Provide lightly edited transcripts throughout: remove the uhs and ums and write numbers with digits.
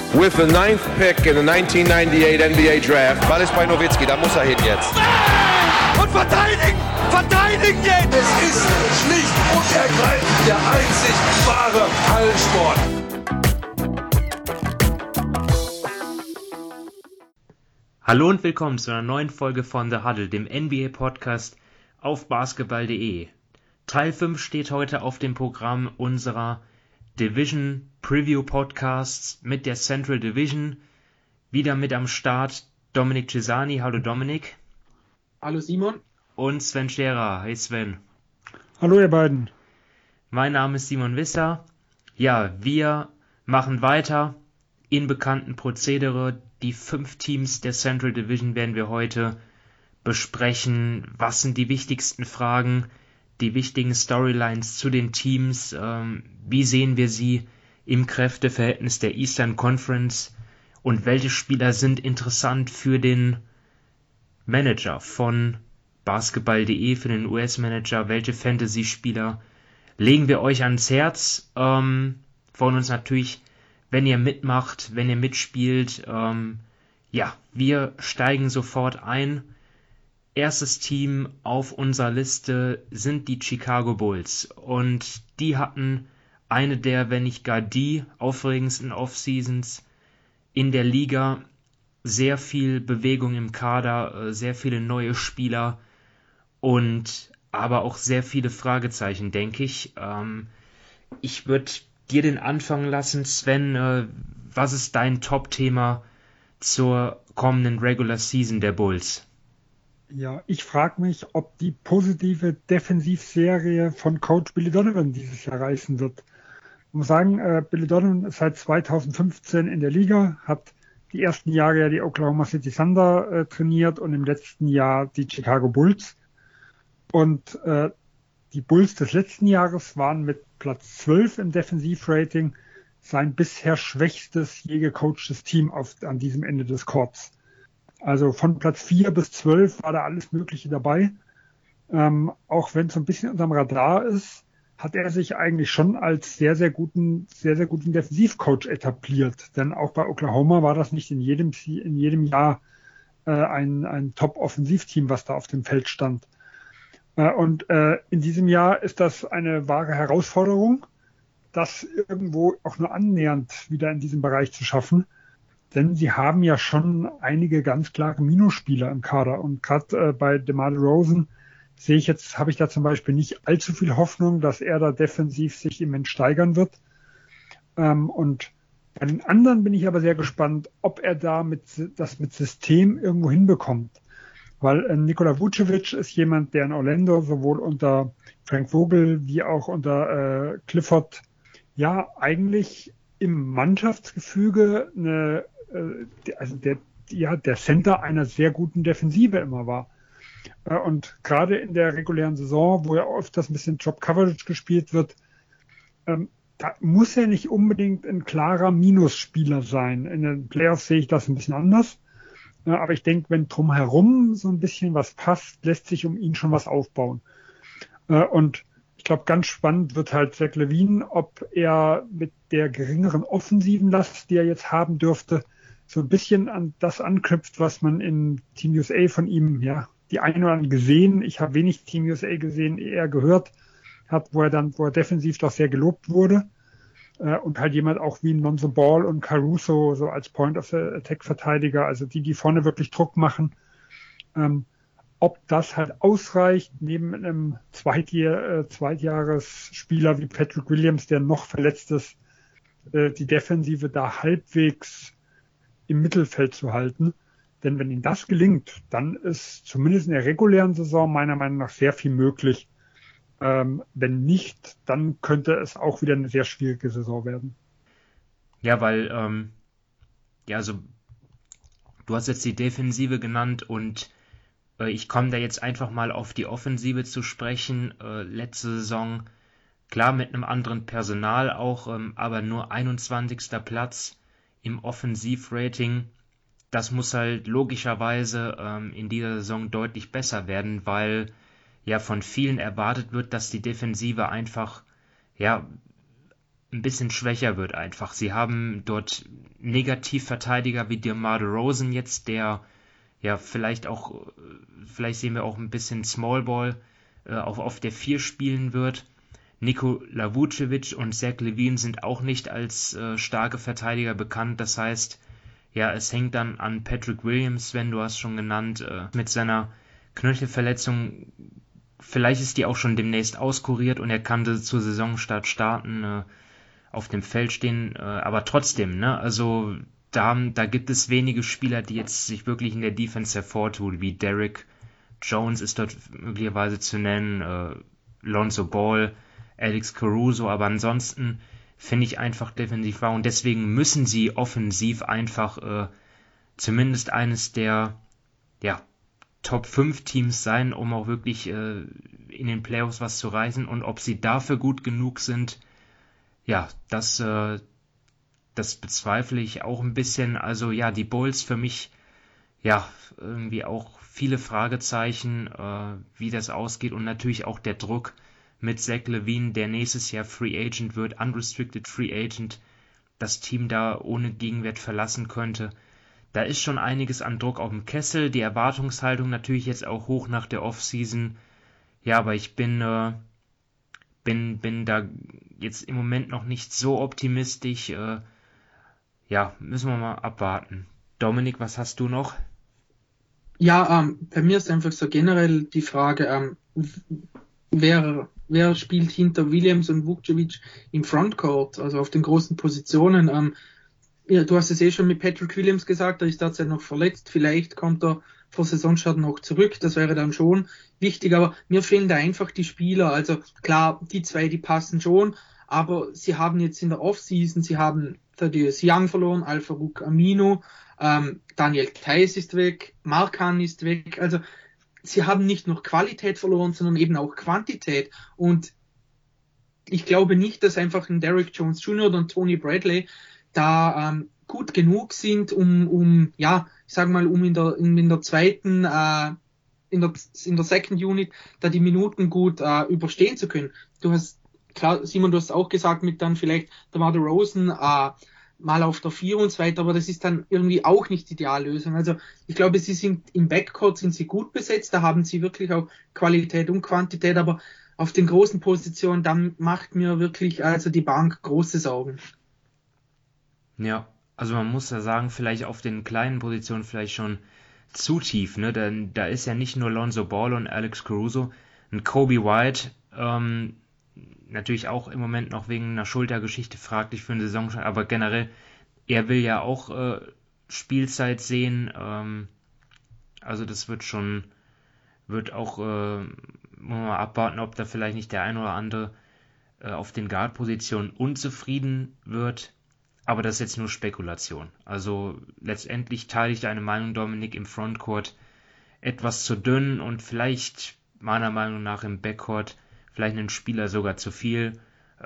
with the 9th pick in the 1998 NBA Draft. Ball ist bei Nowitzki, da muss er hin jetzt. Und verteidigen! Verteidigen jetzt! Es ist schlicht und ergreifend der einzig wahre Hallensport. Hallo und willkommen zu einer neuen Folge von The Huddle, dem NBA-Podcast auf basketball.de. Teil 5 steht heute auf dem Programm unserer Division Preview Podcasts mit der Central Division. Wieder mit am Start Dominik Cesani. Hallo Dominik. Hallo Simon. Und Sven Scherer. Hey Sven. Hallo ihr beiden. Mein Name ist Simon Wisser. Ja, wir machen weiter in bekannten Prozedere. Die 5 Teams der Central Division werden wir heute besprechen. Was sind die wichtigsten Fragen, die wichtigen Storylines zu den Teams? Wie sehen wir sie im Kräfteverhältnis der Eastern Conference? Und welche Spieler sind interessant für den Manager von Basketball.de, für den US-Manager? Welche Fantasy-Spieler legen wir euch ans Herz? Freuen uns natürlich, wenn ihr mitmacht, wenn ihr mitspielt. Wir steigen sofort ein. Erstes Team auf unserer Liste sind die Chicago Bulls. Und die hatten eine der, wenn nicht gar die, aufregendsten Off-Seasons in der Liga. Sehr viel Bewegung im Kader, sehr viele neue Spieler und aber auch sehr viele Fragezeichen, denke ich. Ich würde dir den Anfang lassen, Sven. Was ist dein Top-Thema zur kommenden Regular Season der Bulls? Ja, ich frage mich, ob die positive Defensivserie von Coach Billy Donovan dieses Jahr reißen wird. Ich muss sagen, Billy Donovan ist seit 2015 in der Liga, hat die ersten Jahre ja die Oklahoma City Thunder trainiert und im letzten Jahr die Chicago Bulls. Und die Bulls des letzten Jahres waren mit Platz 12 im Defensivrating sein bisher schwächstes je gecoachtes Team an diesem Ende des Courts. Also von Platz 4 bis 12 war da alles Mögliche dabei. Auch wenn es so ein bisschen unterm Radar ist, hat er sich eigentlich schon als sehr, sehr guten Defensivcoach etabliert. Denn auch bei Oklahoma war das nicht in jedem Jahr ein Top-Offensivteam, was da auf dem Feld stand. Und in diesem Jahr ist das eine wahre Herausforderung, das irgendwo auch nur annähernd wieder in diesem Bereich zu schaffen. Denn sie haben ja schon einige ganz klare Minusspieler im Kader. Und gerade bei DeMar DeRozan habe ich da zum Beispiel nicht allzu viel Hoffnung, dass er da defensiv sich immens steigern wird. Und bei den anderen bin ich aber sehr gespannt, ob er das mit System irgendwo hinbekommt. Weil Nikola Vucevic ist jemand, der in Orlando sowohl unter Frank Vogel wie auch unter Clifford ja eigentlich im Mannschaftsgefüge der Center einer sehr guten Defensive immer war. Und gerade in der regulären Saison, wo ja oft das ein bisschen Drop-Coverage gespielt wird, da muss er nicht unbedingt ein klarer Minusspieler sein. In den Playoffs sehe ich das ein bisschen anders. Aber ich denke, wenn drumherum so ein bisschen was passt, lässt sich um ihn schon was aufbauen. Und ich glaube, ganz spannend wird halt Zach LaVine, ob er mit der geringeren offensiven Last, die er jetzt haben dürfte, so ein bisschen an das anknüpft, was man in Team USA von ihm, ja, die einen oder anderen gesehen. Ich habe wenig Team USA gesehen, eher gehört hat, wo er defensiv doch sehr gelobt wurde. Und halt jemand auch wie Lonzo Ball und Caruso so als Point-of-Attack-Verteidiger, also die vorne wirklich Druck machen. Ob das halt ausreicht, neben einem Zweitjahresspieler wie Patrick Williams, der noch verletzt ist, die Defensive da halbwegs im Mittelfeld zu halten. Denn wenn ihnen das gelingt, dann ist zumindest in der regulären Saison meiner Meinung nach sehr viel möglich. Wenn nicht, dann könnte es auch wieder eine sehr schwierige Saison werden. Ja, weil, also du hast jetzt die Defensive genannt und ich komme da jetzt einfach mal auf die Offensive zu sprechen. Letzte Saison, klar mit einem anderen Personal auch, aber nur 21. Platz im Offensivrating. Das muss halt logischerweise in dieser Saison deutlich besser werden, weil ja von vielen erwartet wird, dass die Defensive einfach ein bisschen schwächer wird einfach. Sie haben dort Negativverteidiger wie DeMar DeRozan jetzt, der ja vielleicht sehen wir auch ein bisschen Smallball auf der 4 spielen wird. Nikola Vucevic und Zach LaVine sind auch nicht als starke Verteidiger bekannt. Das heißt, ja, es hängt dann an Patrick Williams, Sven, du hast schon genannt, mit seiner Knöchelverletzung. Vielleicht ist die auch schon demnächst auskuriert und er kann zur Saisonstart starten, auf dem Feld stehen. Aber trotzdem, ne, also da gibt es wenige Spieler, die jetzt sich wirklich in der Defense hervortun, wie Derrick Jones ist dort möglicherweise zu nennen, Lonzo Ball, Alex Caruso, aber ansonsten finde ich einfach defensiv wahr und deswegen müssen sie offensiv einfach zumindest eines der Top 5 Teams sein, um auch wirklich in den Playoffs was zu reißen, und ob sie dafür gut genug sind, ja, das bezweifle ich auch ein bisschen. Also ja, die Bulls für mich, ja, irgendwie auch viele Fragezeichen, wie das ausgeht, und natürlich auch der Druck mit Zach LaVine, der nächstes Jahr Free Agent wird, Unrestricted Free Agent, das Team da ohne Gegenwert verlassen könnte. Da ist schon einiges an Druck auf dem Kessel, die Erwartungshaltung natürlich jetzt auch hoch nach der Offseason. Ja, aber ich bin da jetzt im Moment noch nicht so optimistisch. Ja, müssen wir mal abwarten. Dominik, was hast du noch? Ja, bei mir ist einfach so generell die Frage, wer spielt hinter Williams und Vucevic im Frontcourt, also auf den großen Positionen. Ja, du hast es schon mit Patrick Williams gesagt, er ist derzeit noch verletzt, vielleicht kommt er vor Saisonstart noch zurück, das wäre dann schon wichtig, aber mir fehlen da einfach die Spieler, also klar, die zwei, die passen schon, aber sie haben jetzt in der Offseason, sie haben Thaddeus Young verloren, Al-Farouq Aminu, Daniel Theis ist weg, Markan ist weg, also sie haben nicht nur Qualität verloren, sondern eben auch Quantität, und ich glaube nicht, dass einfach ein Derrick Jones Jr. oder ein Tony Bradley da gut genug sind, um in der zweiten, in der Second Unit da die Minuten gut überstehen zu können. Simon, du hast auch gesagt, mit dann vielleicht DeMar DeRozan mal auf der 4 und so weiter, aber das ist dann irgendwie auch nicht die Ideallösung. Also ich glaube, sie sind im Backcourt sind sie gut besetzt, da haben sie wirklich auch Qualität und Quantität, aber auf den großen Positionen, dann macht mir wirklich also die Bank große Sorgen. Ja, also man muss ja sagen, vielleicht auf den kleinen Positionen vielleicht schon zu tief, ne? Denn da ist ja nicht nur Lonzo Ball und Alex Caruso, ein Kobe White, natürlich auch im Moment noch wegen einer Schultergeschichte fraglich für eine Saison, aber generell, er will ja auch Spielzeit sehen, also das wird auch, muss man mal abwarten, ob da vielleicht nicht der ein oder andere auf den Guard-Positionen unzufrieden wird. Aber das ist jetzt nur Spekulation. Also letztendlich teile ich deine Meinung, Dominik, im Frontcourt etwas zu dünn und vielleicht meiner Meinung nach im Backcourt vielleicht einen Spieler sogar zu viel.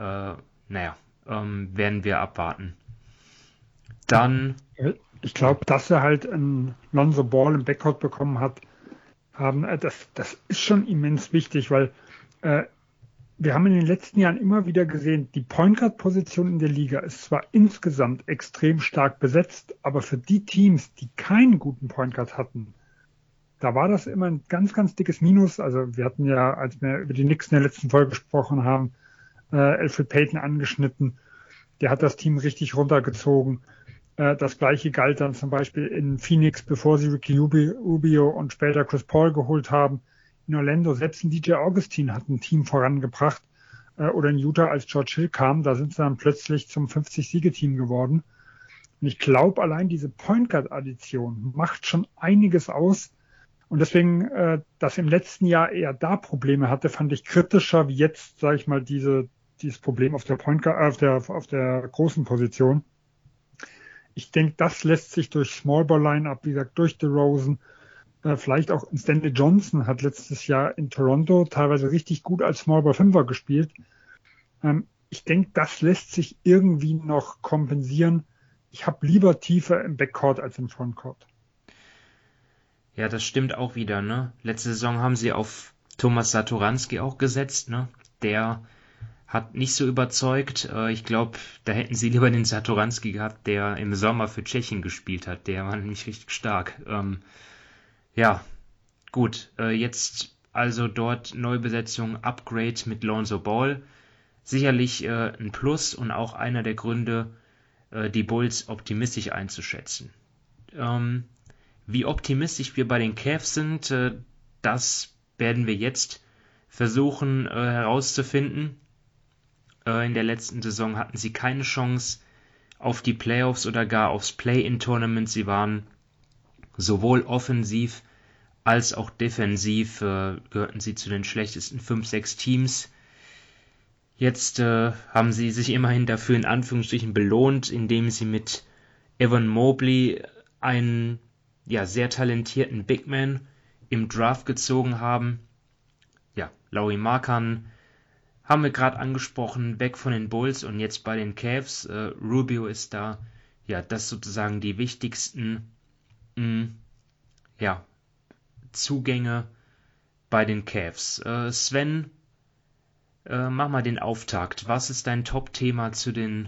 Werden wir abwarten. Dann... Ich glaube, dass er halt einen Lonzo Ball im Backcourt bekommen hat, das ist schon immens wichtig, weil wir haben in den letzten Jahren immer wieder gesehen, die Point Guard Position in der Liga ist zwar insgesamt extrem stark besetzt, aber für die Teams, die keinen guten Point Guard hatten, da war das immer ein ganz, ganz dickes Minus. Also wir hatten ja, als wir über die Knicks in der letzten Folge gesprochen haben, Elfrid Payton angeschnitten. Der hat das Team richtig runtergezogen. Das gleiche galt dann zum Beispiel in Phoenix, bevor sie Ricky Rubio und später Chris Paul geholt haben. In Orlando, selbst ein DJ Augustin hat ein Team vorangebracht. Oder in Utah, als George Hill kam, da sind sie dann plötzlich zum 50-Siege-Team geworden. Und ich glaube, allein diese Point Guard-Addition macht schon einiges aus. Und deswegen, dass im letzten Jahr eher da Probleme hatte, fand ich kritischer wie jetzt, sage ich mal, dieses Problem auf der Point Guard, auf der großen Position. Ich denke, das lässt sich durch Small Ball Line-Up, wie gesagt, durch DeRozan, vielleicht auch Stanley Johnson hat letztes Jahr in Toronto teilweise richtig gut als Small Ball Fünfer gespielt. Ich denke, das lässt sich irgendwie noch kompensieren. Ich habe lieber Tiefe im Backcourt als im Frontcourt. Ja, das stimmt auch wieder, ne? Letzte Saison haben sie auf Thomas Satoranski auch gesetzt, ne? Der hat nicht so überzeugt. Ich glaube, da hätten sie lieber den Satoranski gehabt, der im Sommer für Tschechien gespielt hat. Der war nämlich richtig stark. Ja, gut. Jetzt also dort Neubesetzung, Upgrade mit Lonzo Ball. Sicherlich ein Plus und auch einer der Gründe, die Bulls optimistisch einzuschätzen. Wie optimistisch wir bei den Cavs sind, das werden wir jetzt versuchen herauszufinden. In der letzten Saison hatten sie keine Chance auf die Playoffs oder gar aufs Play-in-Tournament. Sie waren sowohl offensiv als auch defensiv, gehörten sie zu den schlechtesten 5-6 Teams. Jetzt haben sie sich immerhin dafür in Anführungsstrichen belohnt, indem sie mit Evan Mobley einen sehr talentierten Big Man im Draft gezogen haben. Ja, Lauri Markkanen haben wir gerade angesprochen, weg von den Bulls und jetzt bei den Cavs. Rubio ist da, das sozusagen die wichtigsten Zugänge bei den Cavs. Sven, mach mal den Auftakt. Was ist dein Top-Thema zu den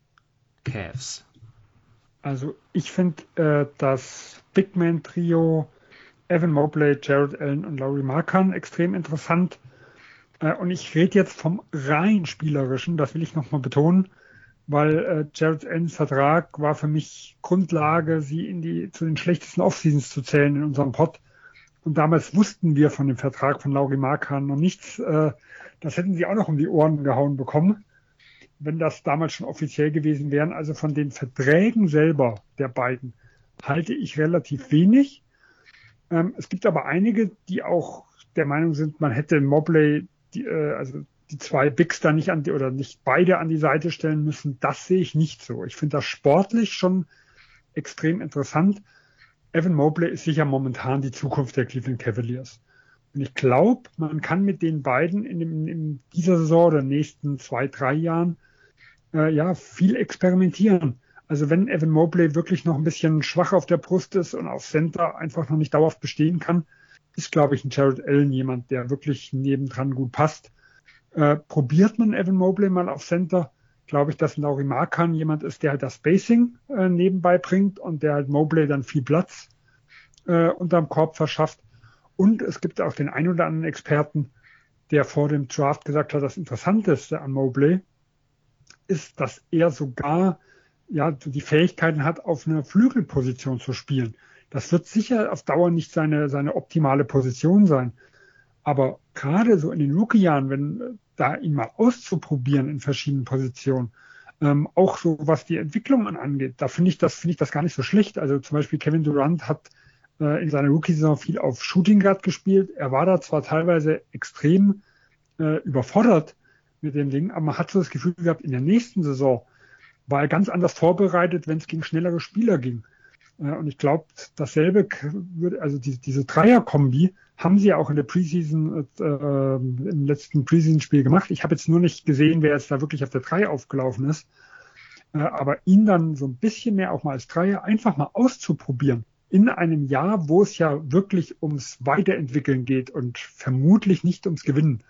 Cavs? Also ich finde das Big Man Trio Evan Mobley, Jarrett Allen und Lauri Markkanen extrem interessant. Und ich rede jetzt vom rein spielerischen, das will ich nochmal betonen, weil Jarrett Allens Vertrag war für mich Grundlage, sie zu den schlechtesten Offseasons zu zählen in unserem Pod. Und damals wussten wir von dem Vertrag von Lauri Markkanen noch nichts. Das hätten sie auch noch um die Ohren gehauen bekommen, wenn das damals schon offiziell gewesen wären. Also von den Verträgen selber der beiden halte ich relativ wenig. Es gibt aber einige, die auch der Meinung sind, man hätte Mobley, die zwei Bigs da nicht nicht beide an die Seite stellen müssen. Das sehe ich nicht so. Ich finde das sportlich schon extrem interessant. Evan Mobley ist sicher momentan die Zukunft der Cleveland Cavaliers. Und ich glaube, man kann mit den beiden in dieser Saison oder nächsten 2-3 Jahren viel experimentieren. Also wenn Evan Mobley wirklich noch ein bisschen schwach auf der Brust ist und auf Center einfach noch nicht dauerhaft bestehen kann, ist, glaube ich, ein Jarrett Allen jemand, der wirklich nebendran gut passt. Probiert man Evan Mobley mal auf Center, glaube ich, dass Lauri Markkanen jemand ist, der halt das Spacing nebenbei bringt und der halt Mobley dann viel Platz unterm Korb verschafft. Und es gibt auch den ein oder anderen Experten, der vor dem Draft gesagt hat, das Interessanteste an Mobley ist, dass er sogar die Fähigkeiten hat, auf einer Flügelposition zu spielen. Das wird sicher auf Dauer nicht seine optimale Position sein. Aber gerade so in den Rookie-Jahren, wenn da ihn mal auszuprobieren in verschiedenen Positionen, auch so was die Entwicklung angeht, da finde ich das gar nicht so schlecht. Also zum Beispiel Kevin Durant hat in seiner Rookie-Saison viel auf Shooting Guard gespielt. Er war da zwar teilweise extrem überfordert mit dem Ding, aber man hat so das Gefühl gehabt, in der nächsten Saison war er ganz anders vorbereitet, wenn es gegen schnellere Spieler ging. Und ich glaube, dasselbe diese Dreier-Kombi haben sie ja auch in der Preseason, im letzten Preseason-Spiel gemacht. Ich habe jetzt nur nicht gesehen, wer jetzt da wirklich auf der 3 aufgelaufen ist. Aber ihn dann so ein bisschen mehr auch mal als Dreier einfach mal auszuprobieren in einem Jahr, wo es ja wirklich ums Weiterentwickeln geht und vermutlich nicht ums Gewinnen.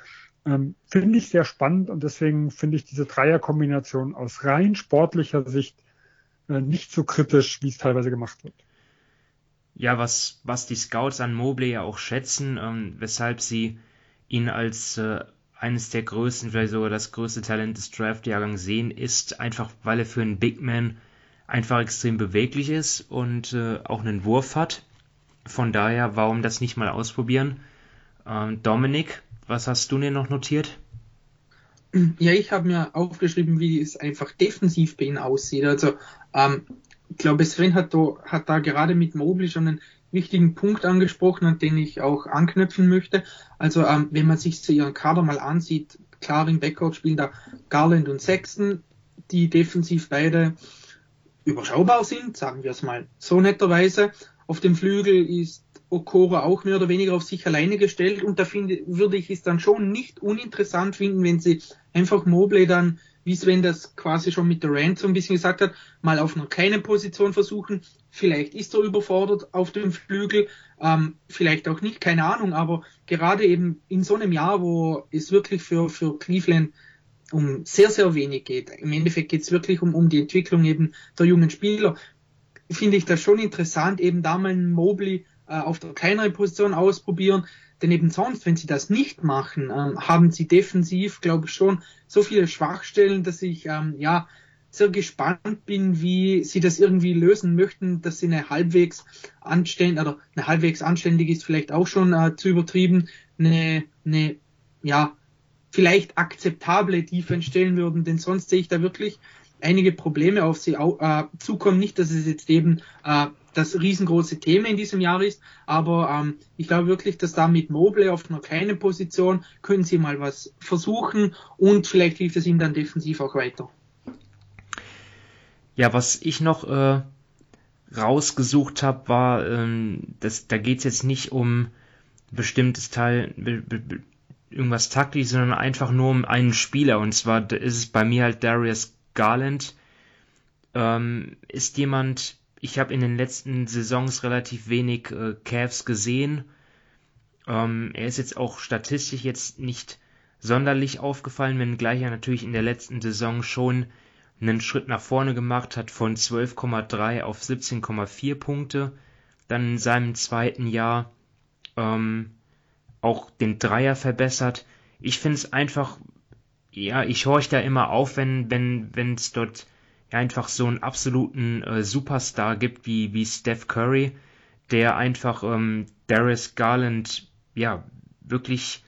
Finde ich sehr spannend und deswegen finde ich diese Dreier-Kombination aus rein sportlicher Sicht nicht so kritisch, wie es teilweise gemacht wird. Ja, was die Scouts an Mobley ja auch schätzen, weshalb sie ihn als eines der größten, vielleicht sogar das größte Talent des Draft-Jahrgangs sehen, ist einfach, weil er für einen Big Man einfach extrem beweglich ist und auch einen Wurf hat. Von daher, warum das nicht mal ausprobieren? Dominik, was hast du dir noch notiert? Ja, ich habe mir aufgeschrieben, wie es einfach defensiv bei ihnen aussieht. Also ich glaube, Sven hat da gerade mit Mobley schon einen wichtigen Punkt angesprochen, an den ich auch anknüpfen möchte. Also wenn man sich so ihren Kader mal ansieht, klar im Backcourt spielen da Garland und Sexton, die defensiv beide überschaubar sind, sagen wir es mal so netterweise. Auf dem Flügel ist Okoro auch mehr oder weniger auf sich alleine gestellt und da würde ich es dann schon nicht uninteressant finden, wenn sie einfach Mobley dann, wie Sven das quasi schon mit Durant so ein bisschen gesagt hat, mal auf einer kleinen Position versuchen. Vielleicht ist er überfordert auf dem Flügel, vielleicht auch nicht, keine Ahnung, aber gerade eben in so einem Jahr, wo es wirklich für Cleveland sehr, sehr wenig geht. Im Endeffekt geht es wirklich um die Entwicklung eben der jungen Spieler. Finde ich das schon interessant, eben da mal einen Mobley auf der kleineren Position ausprobieren. Denn eben sonst, wenn sie das nicht machen, haben sie defensiv, glaube ich, schon so viele Schwachstellen, dass ich sehr gespannt bin, wie sie das irgendwie lösen möchten, dass sie eine halbwegs anständig ist vielleicht auch schon zu übertrieben, eine vielleicht akzeptable Defense stellen würden, denn sonst sehe ich da wirklich einige Probleme auf sie zukommen. Nicht, dass es jetzt eben das riesengroße Thema in diesem Jahr ist, aber ich glaube wirklich, dass da mit Mobley auf einer kleinen Position können sie mal was versuchen und vielleicht hilft es ihnen dann defensiv auch weiter. Ja, was ich noch rausgesucht habe, war, da geht es jetzt nicht um bestimmtes Teil, irgendwas taktisch, sondern einfach nur um einen Spieler. Und zwar ist es bei mir halt Darius Garland. Ist jemand, ich habe in den letzten Saisons relativ wenig Cavs gesehen. Er ist jetzt auch statistisch jetzt nicht sonderlich aufgefallen, wenngleich er natürlich in der letzten Saison schon einen Schritt nach vorne gemacht hat von 12,3 auf 17,4 Punkte. Dann in seinem zweiten Jahr auch den Dreier verbessert. Ich finde es einfach, ich horche da immer auf, wenn es dort einfach so einen absoluten Superstar gibt wie Steph Curry, der einfach Darius Garland wirklich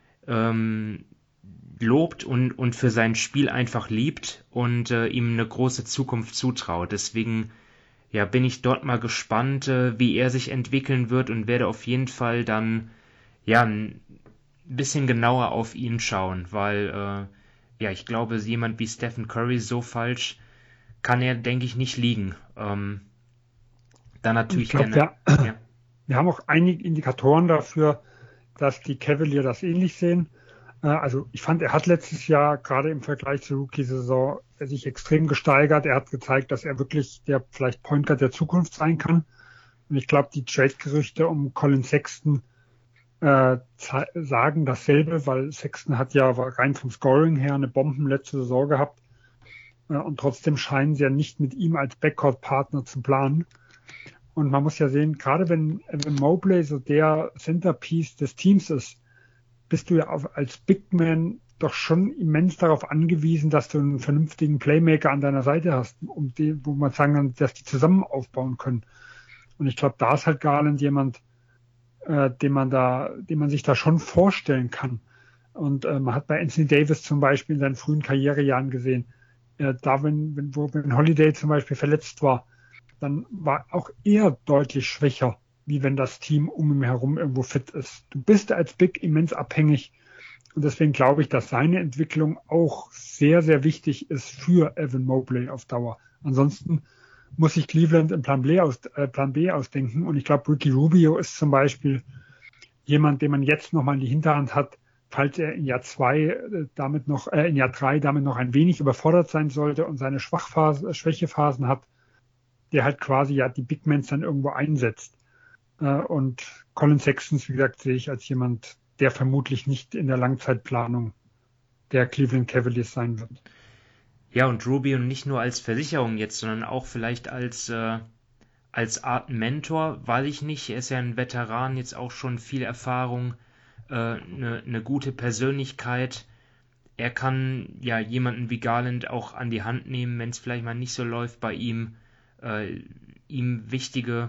lobt und für sein Spiel einfach liebt und ihm eine große Zukunft zutraut. Deswegen bin ich dort mal gespannt, wie er sich entwickeln wird und werde auf jeden Fall dann ein bisschen genauer auf ihn schauen, weil ich glaube, jemand wie Stephen Curry so falsch kann er, denke ich, nicht liegen. Dann natürlich wir haben auch einige Indikatoren dafür, dass die Cavaliers das ähnlich sehen. Also ich fand, er hat letztes Jahr gerade im Vergleich zur Rookie-Saison sich extrem gesteigert. Er hat gezeigt, dass er wirklich der vielleicht Point Guard der Zukunft sein kann. Und ich glaube, die Trade-Gerüchte um Colin Sexton sagen dasselbe, weil Sexton hat ja rein vom Scoring her eine bombenletzte Saison gehabt. Und trotzdem scheinen sie ja nicht mit ihm als Backcourt-Partner zu planen. Und man muss ja sehen, gerade wenn Mobley so der Centerpiece des Teams ist, bist du ja als Big Man doch schon immens darauf angewiesen, dass du einen vernünftigen Playmaker an deiner Seite hast, wo man sagen kann, dass die zusammen aufbauen können. Und ich glaube, da ist halt Garland jemand, den man sich da schon vorstellen kann. Und man hat bei Anthony Davis zum Beispiel in seinen frühen Karrierejahren gesehen, wenn Holiday zum Beispiel verletzt war, dann war auch er deutlich schwächer, wie wenn das Team um ihn herum irgendwo fit ist. Du bist als Big immens abhängig und deswegen glaube ich, dass seine Entwicklung auch sehr, sehr wichtig ist für Evan Mobley auf Dauer. Ansonsten muss sich Cleveland im Plan B ausdenken und ich glaube, Ricky Rubio ist zum Beispiel jemand, den man jetzt nochmal in die Hinterhand hat, falls er in Jahr 3 damit noch ein wenig überfordert sein sollte und seine Schwächephasen hat, der halt quasi die Big Mans dann irgendwo einsetzt. Und Colin Sexton, wie gesagt, sehe ich als jemand, der vermutlich nicht in der Langzeitplanung der Cleveland Cavaliers sein wird. Ja, und Rubio nicht nur als Versicherung jetzt, sondern auch vielleicht als Art Mentor, weiß ich nicht. Er ist ja ein Veteran, jetzt auch schon viel Erfahrung, eine gute Persönlichkeit. Er kann jemanden wie Garland auch an die Hand nehmen, wenn es vielleicht mal nicht so läuft bei ihm, ihm wichtige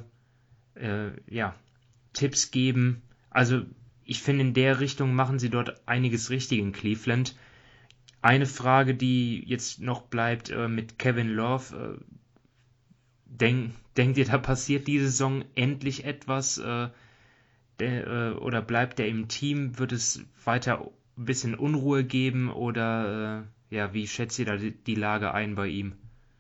Tipps geben. Also ich finde, in der Richtung machen sie dort einiges richtig in Cleveland. Eine Frage, die jetzt noch bleibt mit Kevin Love. Denkt ihr, da passiert diese Saison endlich etwas? Oder bleibt er im Team? Wird es weiter ein bisschen Unruhe geben? Oder wie schätzt ihr da die Lage ein bei ihm?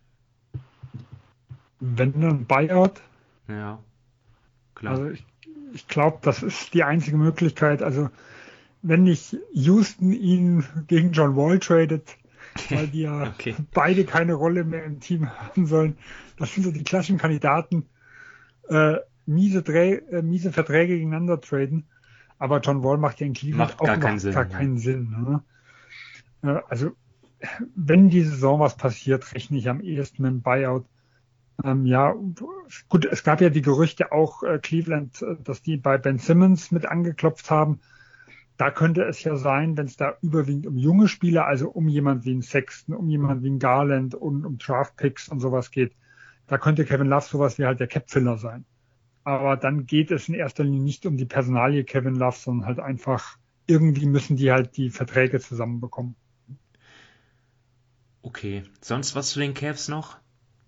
Wenn dann Buyout? Ja, klar. Also ich glaube, das ist die einzige Möglichkeit. Also wenn nicht Houston ihn gegen John Wall tradet, weil die beide keine Rolle mehr im Team haben sollen. Das sind so die klassischen Kandidaten. Miese Verträge gegeneinander traden. Aber John Wall macht ja in Cleveland gar keinen Sinn. Ne? Also wenn die Saison was passiert, rechne ich am ehesten mit dem Buyout. Ja, gut, es gab ja die Gerüchte auch Cleveland, dass die bei Ben Simmons mit angeklopft haben. Da könnte es ja sein, wenn es da überwiegend um junge Spieler, also um jemand wie einen Sexton, um jemand wie einen Garland und um Draftpicks und sowas geht, da könnte Kevin Love sowas wie halt der Cap-Filler sein. Aber dann geht es in erster Linie nicht um die Personalie Kevin Love, sondern halt einfach, irgendwie müssen die halt die Verträge zusammenbekommen. Okay, sonst was zu den Cavs noch?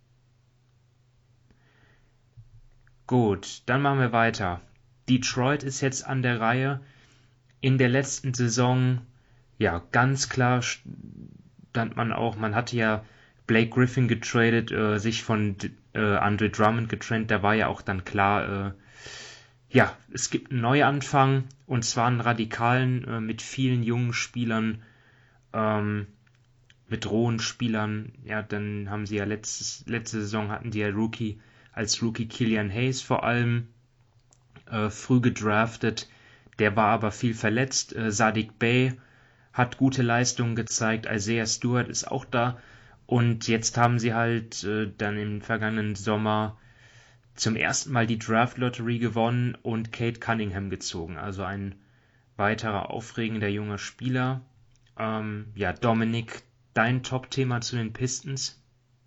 Gut, dann machen wir weiter. Detroit ist jetzt an der Reihe. In der letzten Saison, ja, ganz klar stand man hatte ja Blake Griffin getradet, sich von Andre Drummond getrennt, da war ja auch dann klar, ja, es gibt einen Neuanfang, und zwar einen radikalen, mit vielen jungen Spielern, mit rohen Spielern. Ja, dann haben sie ja letzte Saison hatten die ja als Rookie Killian Hayes vor allem früh gedraftet. Der war aber viel verletzt. Saddiq Bey hat gute Leistungen gezeigt. Isaiah Stewart ist auch da. Und jetzt haben sie halt dann im vergangenen Sommer zum ersten Mal die Draft-Lotterie gewonnen und Cade Cunningham gezogen. Also ein weiterer aufregender junger Spieler. Ja, Dominik, dein Top-Thema zu den Pistons?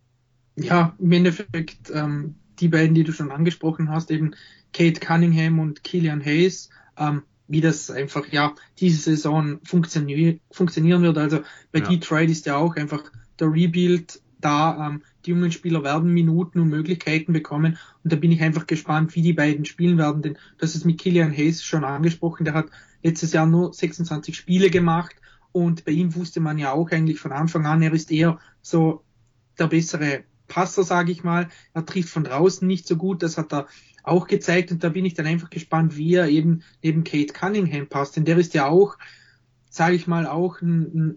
Ja, im Endeffekt die beiden, die du schon angesprochen hast, eben Cade Cunningham und Killian Hayes, wie das einfach ja diese Saison funktionieren wird. Also bei Detroit ist ja auch einfach der Rebuild da. Die jungen Spieler werden Minuten und Möglichkeiten bekommen, und da bin ich einfach gespannt, wie die beiden spielen werden, denn das ist mit Killian Hayes schon angesprochen. Der hat letztes Jahr nur 26 Spiele gemacht, und bei ihm wusste man ja auch eigentlich von Anfang an, er ist eher so der bessere Passer, sage ich mal. Er trifft von draußen nicht so gut, das hat er auch gezeigt, und da bin ich dann einfach gespannt, wie er eben neben Cade Cunningham passt, denn der ist ja auch, sage ich mal, auch ein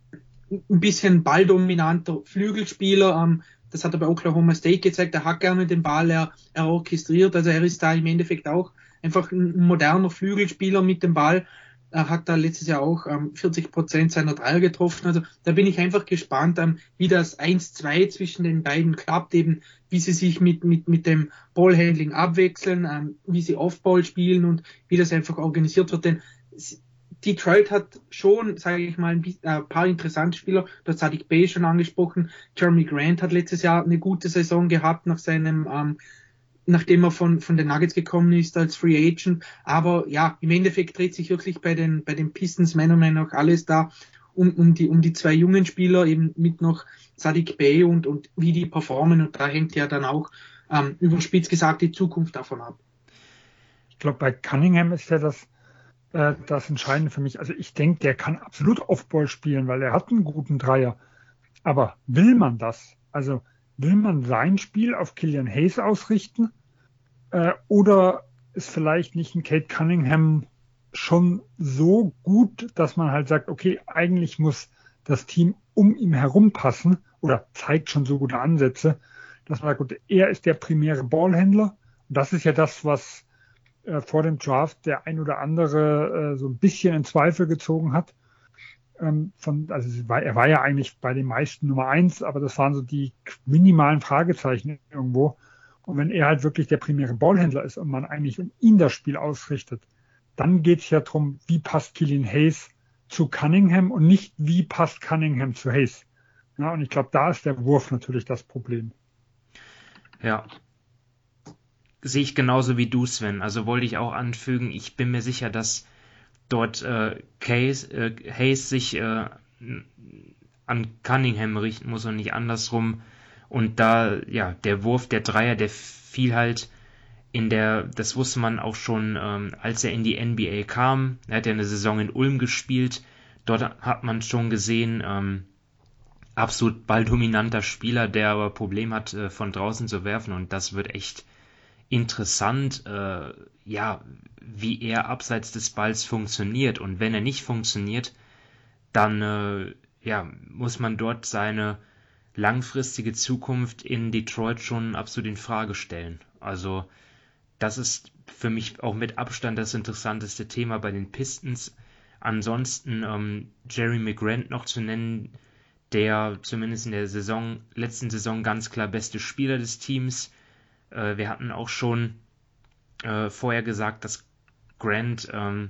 bisschen balldominanter Flügelspieler. Das hat er bei Oklahoma State gezeigt, er hat gerne den Ball, er orchestriert, also er ist da im Endeffekt auch einfach ein moderner Flügelspieler mit dem Ball. Er hat da letztes Jahr auch 40% seiner Dreier getroffen. Also da bin ich einfach gespannt, wie das 1-2 zwischen den beiden klappt, eben wie sie sich mit dem Ballhandling abwechseln, wie sie Off-Ball spielen und wie das einfach organisiert wird. Denn Detroit hat schon, sage ich mal, ein paar interessante Spieler. Das hatte ich Bay schon angesprochen. Jeremy Grant hat letztes Jahr eine gute Saison gehabt nachdem er von den Nuggets gekommen ist als Free Agent. Aber ja, im Endeffekt dreht sich wirklich bei den Pistons meiner Meinung nach alles da um die zwei jungen Spieler, eben mit noch Saddiq Bey und wie die performen. Und da hängt ja dann auch überspitzt gesagt die Zukunft davon ab. Ich glaube, bei Cunningham ist ja das Entscheidende für mich. Also ich denke, der kann absolut Offball spielen, weil er hat einen guten Dreier. Aber will man das? Also will man sein Spiel auf Killian Hayes ausrichten? Oder ist vielleicht nicht ein Cade Cunningham schon so gut, dass man halt sagt, okay, eigentlich muss das Team um ihn herum passen, oder zeigt schon so gute Ansätze, dass man sagt, gut, er ist der primäre Ballhändler. Und das ist ja das, was vor dem Draft der ein oder andere so ein bisschen in Zweifel gezogen hat. Er war ja eigentlich bei den meisten Nummer 1, aber das waren so die minimalen Fragezeichen irgendwo. Und wenn er halt wirklich der primäre Ballhändler ist und man eigentlich um ihn das Spiel ausrichtet, dann geht es ja darum, wie passt Killian Hayes zu Cunningham und nicht, wie passt Cunningham zu Hayes. Ja, und ich glaube, da ist der Wurf natürlich das Problem. Ja. Sehe ich genauso wie du, Sven. Also wollte ich auch anfügen, ich bin mir sicher, dass dort Hayes sich an Cunningham richten muss und nicht andersrum. Und da, ja, der Wurf, der Dreier, der fiel halt das wusste man auch schon, als er in die NBA kam. Er hat ja eine Saison in Ulm gespielt. Dort hat man schon gesehen, absolut balldominanter Spieler, der aber Problem hat, von draußen zu werfen. Und das wird echt interessant, wie er abseits des Balls funktioniert. Und wenn er nicht funktioniert, dann muss man dort seine langfristige Zukunft in Detroit schon absolut in Frage stellen. Also das ist für mich auch mit Abstand das interessanteste Thema bei den Pistons. Ansonsten Jeremy Grant noch zu nennen, der zumindest in der letzten Saison ganz klar beste Spieler des Teams. Wir hatten auch schon vorher gesagt, dass Grant,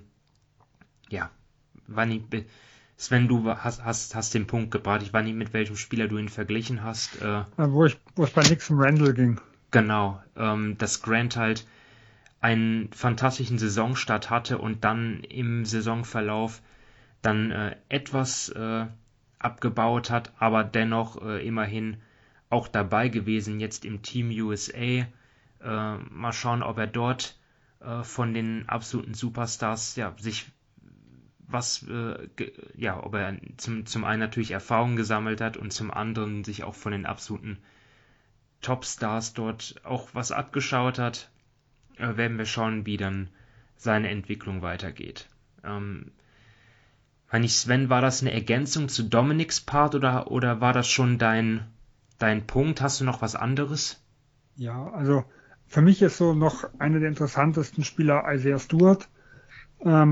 Sven, du hast den Punkt gebracht. Ich weiß nicht, mit welchem Spieler du ihn verglichen hast. Wo es bei Nixon Randall ging. Genau, dass Grant halt einen fantastischen Saisonstart hatte und dann im Saisonverlauf dann etwas abgebaut hat, aber dennoch immerhin auch dabei gewesen, jetzt im Team USA. Mal schauen, ob er dort von den absoluten Superstars ob er zum einen natürlich Erfahrung gesammelt hat und zum anderen sich auch von den absoluten Topstars dort auch was abgeschaut hat. Werden wir schauen, wie dann seine Entwicklung weitergeht. Sven, war das eine Ergänzung zu Dominics Part oder war das schon dein Punkt? Hast du noch was anderes? Ja, also für mich ist so noch einer der interessantesten Spieler Isaiah Stewart. Er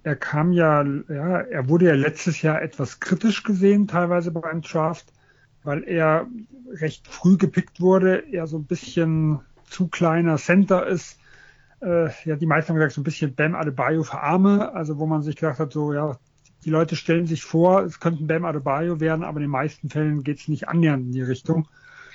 wurde ja letztes Jahr etwas kritisch gesehen, teilweise beim Draft, weil er recht früh gepickt wurde, er so ein bisschen zu kleiner Center ist. Die meisten haben gesagt, so ein bisschen Bam Adebayo für Arme, also wo man sich gedacht hat, die Leute stellen sich vor, es könnten Bam Adebayo werden, aber in den meisten Fällen geht es nicht annähernd in die Richtung.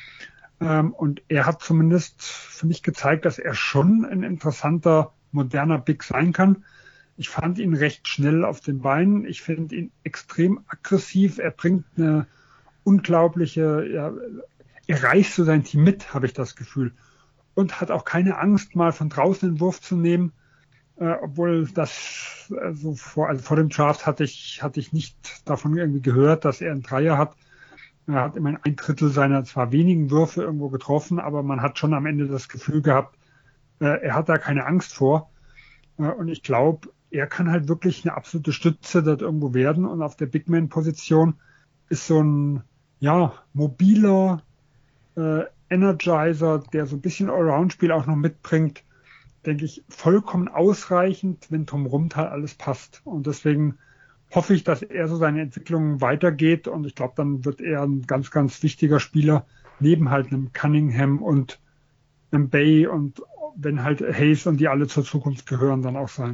Und er hat zumindest für mich gezeigt, dass er schon ein interessanter, moderner Big sein kann. Ich fand ihn recht schnell auf den Beinen. Ich finde ihn extrem aggressiv. Er bringt eine unglaubliche, er reißt so sein Team mit, habe ich das Gefühl. Und hat auch keine Angst, mal von draußen den Wurf zu nehmen. Obwohl das, vor dem Draft hatte ich nicht davon irgendwie gehört, dass er einen Dreier hat. Er hat immerhin 1/3 seiner zwar wenigen Würfe irgendwo getroffen, aber man hat schon am Ende das Gefühl gehabt, er hat da keine Angst vor. Und ich glaube, er kann halt wirklich eine absolute Stütze dort irgendwo werden. Und auf der Big-Man-Position ist so ein, mobiler Energizer, der so ein bisschen Allround-Spiel auch noch mitbringt, denke ich, vollkommen ausreichend, wenn drumherum halt alles passt. Und deswegen hoffe ich, dass er so seine Entwicklung weitergeht. Und ich glaube, dann wird er ein ganz, ganz wichtiger Spieler neben halt einem Cunningham und einem Bay und wenn halt Hayes und die alle zur Zukunft gehören, dann auch sein.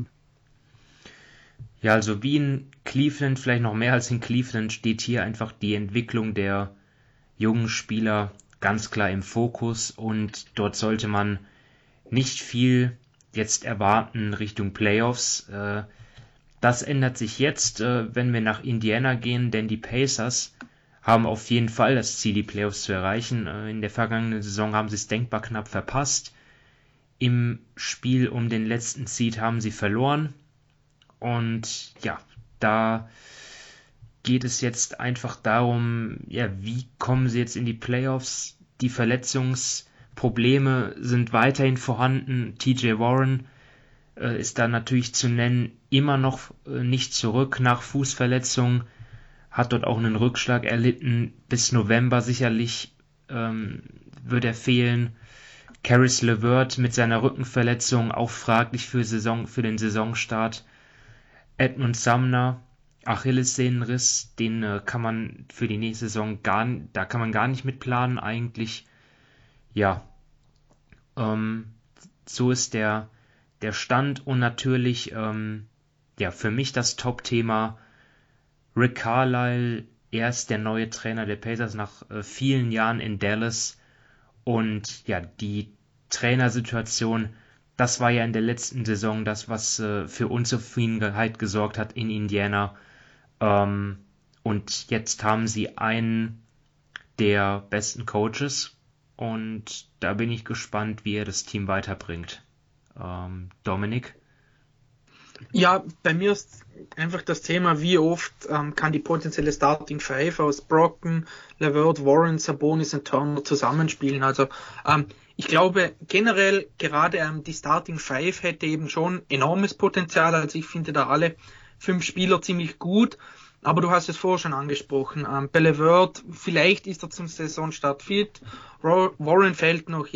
Ja, also wie in Cleveland, vielleicht noch mehr als in Cleveland, steht hier einfach die Entwicklung der jungen Spieler ganz klar im Fokus und dort sollte man nicht viel jetzt erwarten Richtung Playoffs. Das ändert sich jetzt, wenn wir nach Indiana gehen, denn die Pacers haben auf jeden Fall das Ziel, die Playoffs zu erreichen. In der vergangenen Saison haben sie es denkbar knapp verpasst. Im Spiel um den letzten Seed haben sie verloren. Und ja, da geht es jetzt einfach darum, wie kommen sie jetzt in die Playoffs? Die Verletzungsprobleme sind weiterhin vorhanden. TJ Warren ist da natürlich zu nennen, immer noch nicht zurück nach Fußverletzung, hat dort auch einen Rückschlag erlitten. Bis November sicherlich wird er fehlen. Caris LeVert mit seiner Rückenverletzung auch fraglich für den Saisonstart. Edmund Sumner, Achillessehnenriss, den kann man für die nächste Saison gar nicht mitplanen eigentlich. Ja, so ist der Stand und natürlich für mich das Top-Thema Rick Carlisle. Er ist der neue Trainer der Pacers nach vielen Jahren in Dallas und die Trainersituation, das war ja in der letzten Saison das, was für Unzufriedenheit gesorgt hat in Indiana. Und jetzt haben sie einen der besten Coaches und da bin ich gespannt, wie er das Team weiterbringt. Dominik? Ja, bei mir ist einfach das Thema, wie oft kann die potenzielle Starting Five aus Brockton, LeVert, Warren, Sabonis und Turner zusammenspielen. Also ich glaube generell gerade die Starting Five hätte eben schon enormes Potenzial. Also ich finde da alle 5 Spieler ziemlich gut. Aber du hast es vorher schon angesprochen. Bei LeVert, vielleicht ist er zum Saisonstart fit. Warren fällt noch,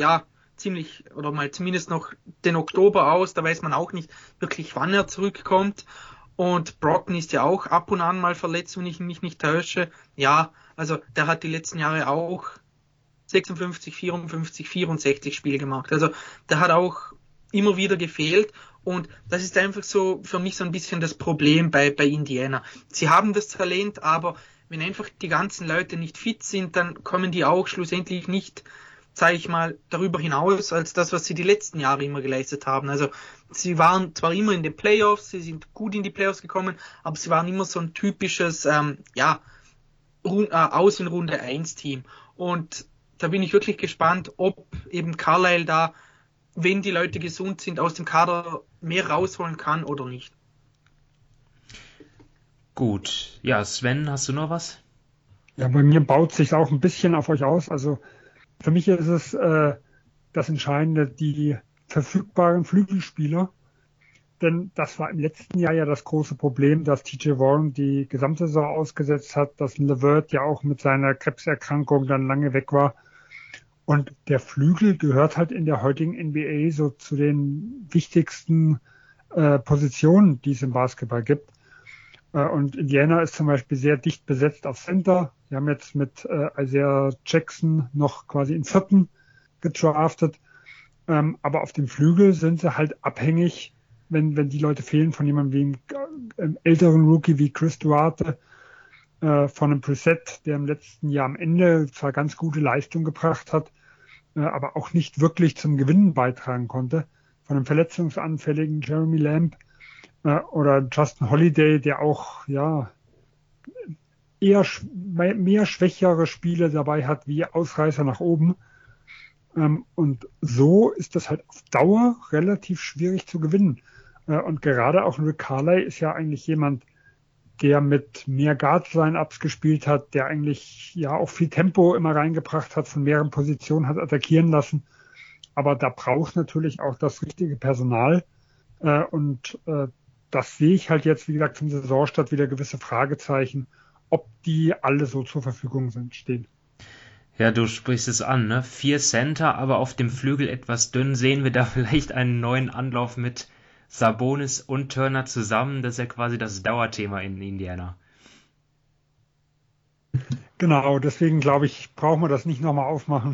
zumindest noch den Oktober aus. Da weiß man auch nicht wirklich, wann er zurückkommt. Und Brockton ist ja auch ab und an mal verletzt, wenn ich mich nicht täusche. Ja, also der hat die letzten Jahre auch 56, 54, 64 Spiele gemacht. Also der hat auch immer wieder gefehlt. Und das ist einfach so für mich so ein bisschen das Problem bei Indiana. Sie haben das Talent, aber wenn einfach die ganzen Leute nicht fit sind, dann kommen die auch schlussendlich nicht, sage ich mal, darüber hinaus, als das, was sie die letzten Jahre immer geleistet haben. Also sie waren zwar immer in den Playoffs, sie sind gut in die Playoffs gekommen, aber sie waren immer so ein typisches Aus in Runde 1 Team. Und da bin ich wirklich gespannt, ob eben Carlisle da, wenn die Leute gesund sind, aus dem Kader mehr rausholen kann oder nicht. Gut. Ja, Sven, hast du noch was? Ja, bei mir baut sich auch ein bisschen auf euch aus. Also für mich ist es das Entscheidende, die verfügbaren Flügelspieler. Denn das war im letzten Jahr ja das große Problem, dass TJ Warren die gesamte Saison ausgesetzt hat, dass LeVert ja auch mit seiner Krebserkrankung dann lange weg war. Und der Flügel gehört halt in der heutigen NBA so zu den wichtigsten Positionen, die es im Basketball gibt. Und Indiana ist zum Beispiel sehr dicht besetzt auf Center. Wir haben jetzt mit Isaiah Jackson noch quasi in 4. gedraftet. Aber auf dem Flügel sind sie halt abhängig, wenn die Leute fehlen, von jemandem wie einem älteren Rookie wie Chris Duarte, von einem Preset, der im letzten Jahr am Ende zwar ganz gute Leistung gebracht hat, aber auch nicht wirklich zum Gewinnen beitragen konnte. Von einem verletzungsanfälligen Jeremy Lamb oder Justin Holiday, der auch eher mehr schwächere Spiele dabei hat wie Ausreißer nach oben. Und so ist das halt auf Dauer relativ schwierig zu gewinnen. Und gerade auch Rick Carlisle ist ja eigentlich jemand, der mit mehr Guard-Line-Ups gespielt hat, der eigentlich auch viel Tempo immer reingebracht hat, von mehreren Positionen hat attackieren lassen. Aber da braucht natürlich auch das richtige Personal. Und das sehe ich halt jetzt, wie gesagt, zum Saisonstart wieder gewisse Fragezeichen, ob die alle so zur Verfügung stehen. Ja, du sprichst es an, ne? 4 Center, aber auf dem Flügel etwas dünn. Sehen wir da vielleicht einen neuen Anlauf mit Sabonis und Turner zusammen? Das ist ja quasi das Dauerthema in Indiana. Genau, deswegen glaube ich, brauchen wir das nicht nochmal aufmachen.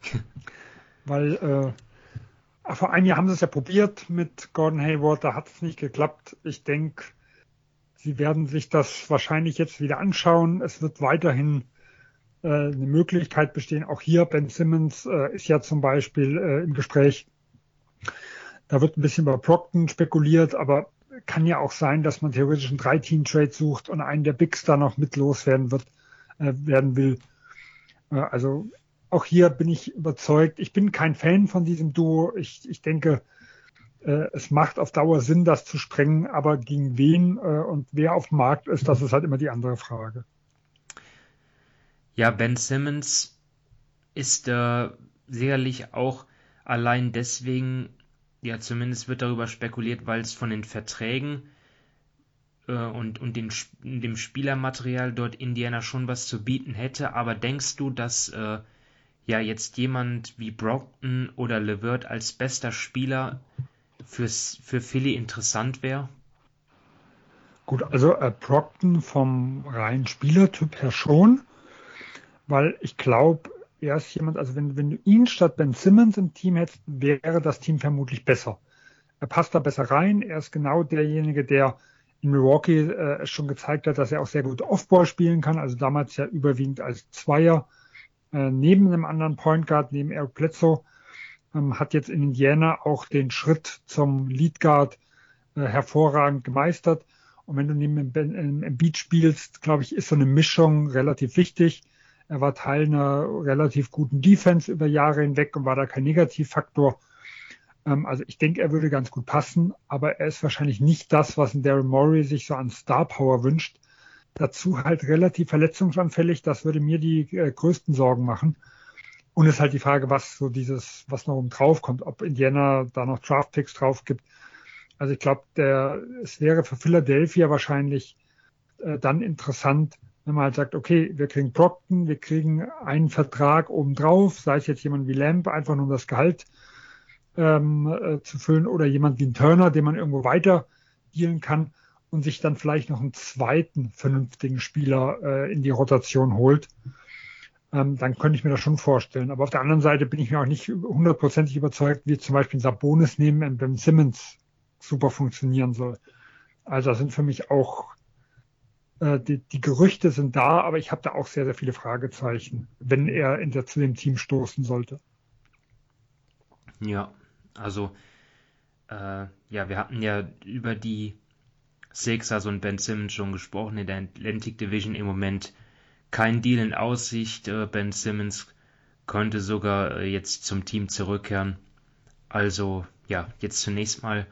Weil vor einem Jahr haben sie es ja probiert mit Gordon Hayward, da hat es nicht geklappt. Ich denke, sie werden sich das wahrscheinlich jetzt wieder anschauen. Es wird weiterhin eine Möglichkeit bestehen. Auch hier, Ben Simmons ist ja zum Beispiel im Gespräch. Da wird ein bisschen über Brockton spekuliert, aber kann ja auch sein, dass man theoretisch einen 3-Team-Trade sucht und einen der Bigs da noch mit loswerden werden will. Also auch hier bin ich überzeugt. Ich bin kein Fan von diesem Duo. Ich denke, es macht auf Dauer Sinn, das zu sprengen, aber gegen wen und wer auf dem Markt ist, das ist halt immer die andere Frage. Ja, Ben Simmons ist sicherlich auch allein deswegen, ja, zumindest wird darüber spekuliert, weil es von den Verträgen und dem Spielermaterial dort Indiana schon was zu bieten hätte. Aber denkst du, dass jetzt jemand wie Brockton oder LeVert als bester Spieler für Philly interessant wäre? Gut, also Brockton vom reinen Spielertyp her schon, weil ich glaube, er ist jemand, also wenn du ihn statt Ben Simmons im Team hättest, wäre das Team vermutlich besser. Er passt da besser rein, er ist genau derjenige, der in Milwaukee schon gezeigt hat, dass er auch sehr gut Offball spielen kann, also damals ja überwiegend als Zweier, neben einem anderen Point Guard, neben Eric Bledsoe, hat jetzt in Indiana auch den Schritt zum Lead Guard hervorragend gemeistert. Und wenn du neben Embiid spielst, glaube ich, ist so eine Mischung relativ wichtig. Er war Teil einer relativ guten Defense über Jahre hinweg und war da kein Negativfaktor. Also ich denke, er würde ganz gut passen, aber er ist wahrscheinlich nicht das, was ein Daryl Morey sich so an Star Power wünscht. Dazu halt relativ verletzungsanfällig. Das würde mir die größten Sorgen machen. Und es ist halt die Frage, was noch oben drauf kommt, ob Indiana da noch Draftpicks drauf gibt. Also ich glaube, es wäre für Philadelphia wahrscheinlich dann interessant, wenn man halt sagt, okay, wir kriegen Brockton, wir kriegen einen Vertrag obendrauf, sei es jetzt jemand wie Lamb, einfach nur um das Gehalt zu füllen, oder jemand wie ein Turner, den man irgendwo weiter dealen kann. und sich dann vielleicht noch einen zweiten vernünftigen Spieler in die Rotation holt, dann könnte ich mir das schon vorstellen. Aber auf der anderen Seite bin ich mir auch nicht 100% überzeugt, wie zum Beispiel Sabonis nehmen und Ben Simmons super funktionieren soll. Also das sind für mich auch, die Gerüchte sind da, aber ich habe da auch sehr, sehr viele Fragezeichen, wenn er zu dem Team stoßen sollte. Ja, also wir hatten ja über die Sixers und Ben Simmons schon gesprochen in der Atlantic Division. Im Moment kein Deal in Aussicht. Ben Simmons könnte sogar jetzt zum Team zurückkehren. Also ja, jetzt zunächst mal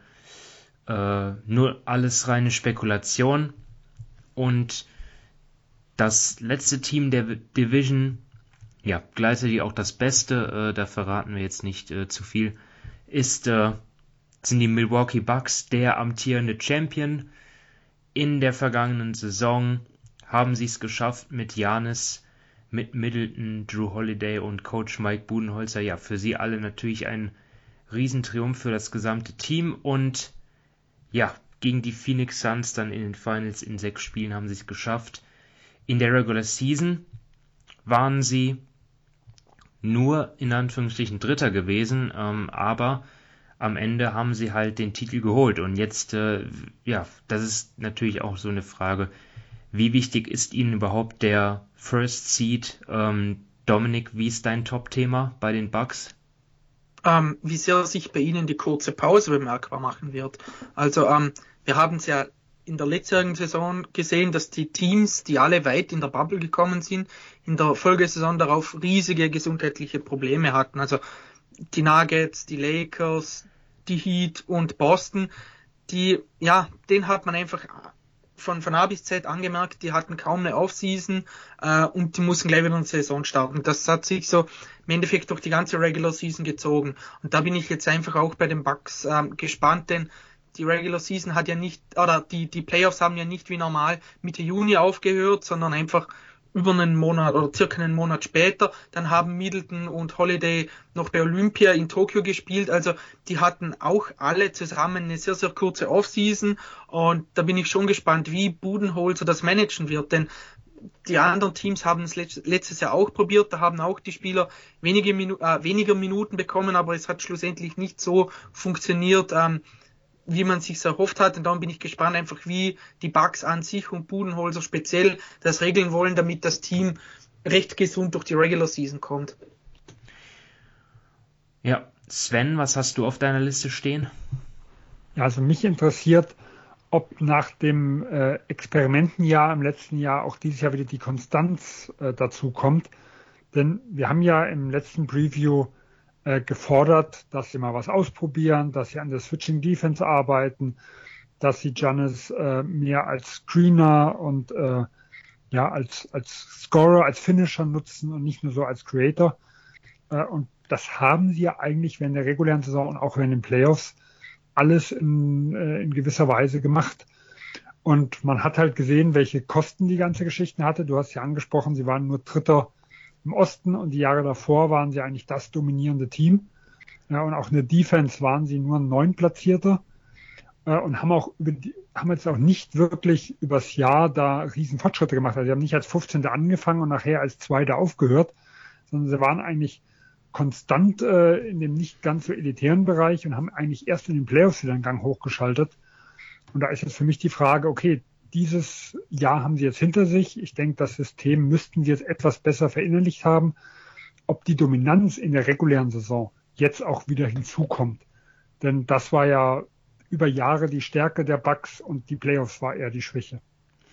nur alles reine Spekulation. Und das letzte Team der Division, ja, gleichzeitig auch das Beste, da verraten wir jetzt nicht zu viel, sind die Milwaukee Bucks, der amtierende Champion. In der vergangenen Saison haben sie es geschafft mit Giannis, mit Middleton, Drew Holiday und Coach Mike Budenholzer. Ja, für sie alle natürlich ein Riesentriumph für das gesamte Team. Und ja, gegen die Phoenix Suns dann in den Finals in 6 Spielen haben sie es geschafft. In der Regular Season waren sie nur in Anführungsstrichen Dritter gewesen, aber am Ende haben sie halt den Titel geholt. Und jetzt, das ist natürlich auch so eine Frage, wie wichtig ist Ihnen überhaupt der First Seed? Dominik, wie ist dein Top-Thema bei den Bucks? Wie sehr sich bei Ihnen die kurze Pause bemerkbar machen wird. Also wir haben es ja in der letztjährigen Saison gesehen, dass die Teams, die alle weit in der Bubble gekommen sind, in der Folgesaison darauf riesige gesundheitliche Probleme hatten. Also die Nuggets, die Lakers, die Heat und Boston, denen hat man einfach von A bis Z angemerkt, die hatten kaum eine Offseason und die mussten gleich wieder eine Saison starten. Das hat sich so im Endeffekt durch die ganze Regular Season gezogen. Und da bin ich jetzt einfach auch bei den Bucks gespannt, denn die Regular Season hat ja nicht, oder die Playoffs haben ja nicht wie normal Mitte Juni aufgehört, sondern einfach über einen Monat oder circa einen Monat später. Dann haben Middleton und Holiday noch bei Olympia in Tokio gespielt. Also die hatten auch alle zusammen eine sehr, sehr kurze Offseason. Und da bin ich schon gespannt, wie Budenholzer das managen wird. Denn die anderen Teams haben es letztes Jahr auch probiert. Da haben auch die Spieler weniger Minuten bekommen. Aber es hat schlussendlich nicht so funktioniert, wie man sich erhofft hat. Und darum bin ich gespannt, einfach wie die Bucks an sich und Budenholzer speziell das regeln wollen, damit das Team recht gesund durch die Regular Season kommt. Ja, Sven, was hast du auf deiner Liste stehen? Ja, also mich interessiert, ob nach dem Experimentenjahr im letzten Jahr auch dieses Jahr wieder die Konstanz dazu kommt. Denn wir haben ja im letzten Preview gefordert, dass sie mal was ausprobieren, dass sie an der Switching Defense arbeiten, dass sie Giannis mehr als Screener und als Scorer, als Finisher nutzen und nicht nur so als Creator. Und das haben sie ja eigentlich während der regulären Saison und auch während den Playoffs alles in gewisser Weise gemacht. Und man hat halt gesehen, welche Kosten die ganze Geschichte hatte. Du hast ja angesprochen, sie waren nur Dritter im Osten und die Jahre davor waren sie eigentlich das dominierende Team. Ja, und auch in der Defense waren sie nur 9. Platzierter und haben jetzt auch nicht wirklich übers Jahr da riesen Fortschritte gemacht. Also sie haben nicht als 15. angefangen und nachher als 2. aufgehört, sondern sie waren eigentlich konstant in dem nicht ganz so elitären Bereich und haben eigentlich erst in den Playoffs wieder einen Gang hochgeschaltet. Und da ist jetzt für mich die Frage, okay, dieses Jahr haben sie jetzt hinter sich. Ich denke, das System müssten sie jetzt etwas besser verinnerlicht haben. Ob die Dominanz in der regulären Saison jetzt auch wieder hinzukommt. Denn das war ja über Jahre die Stärke der Bucks und die Playoffs war eher die Schwäche.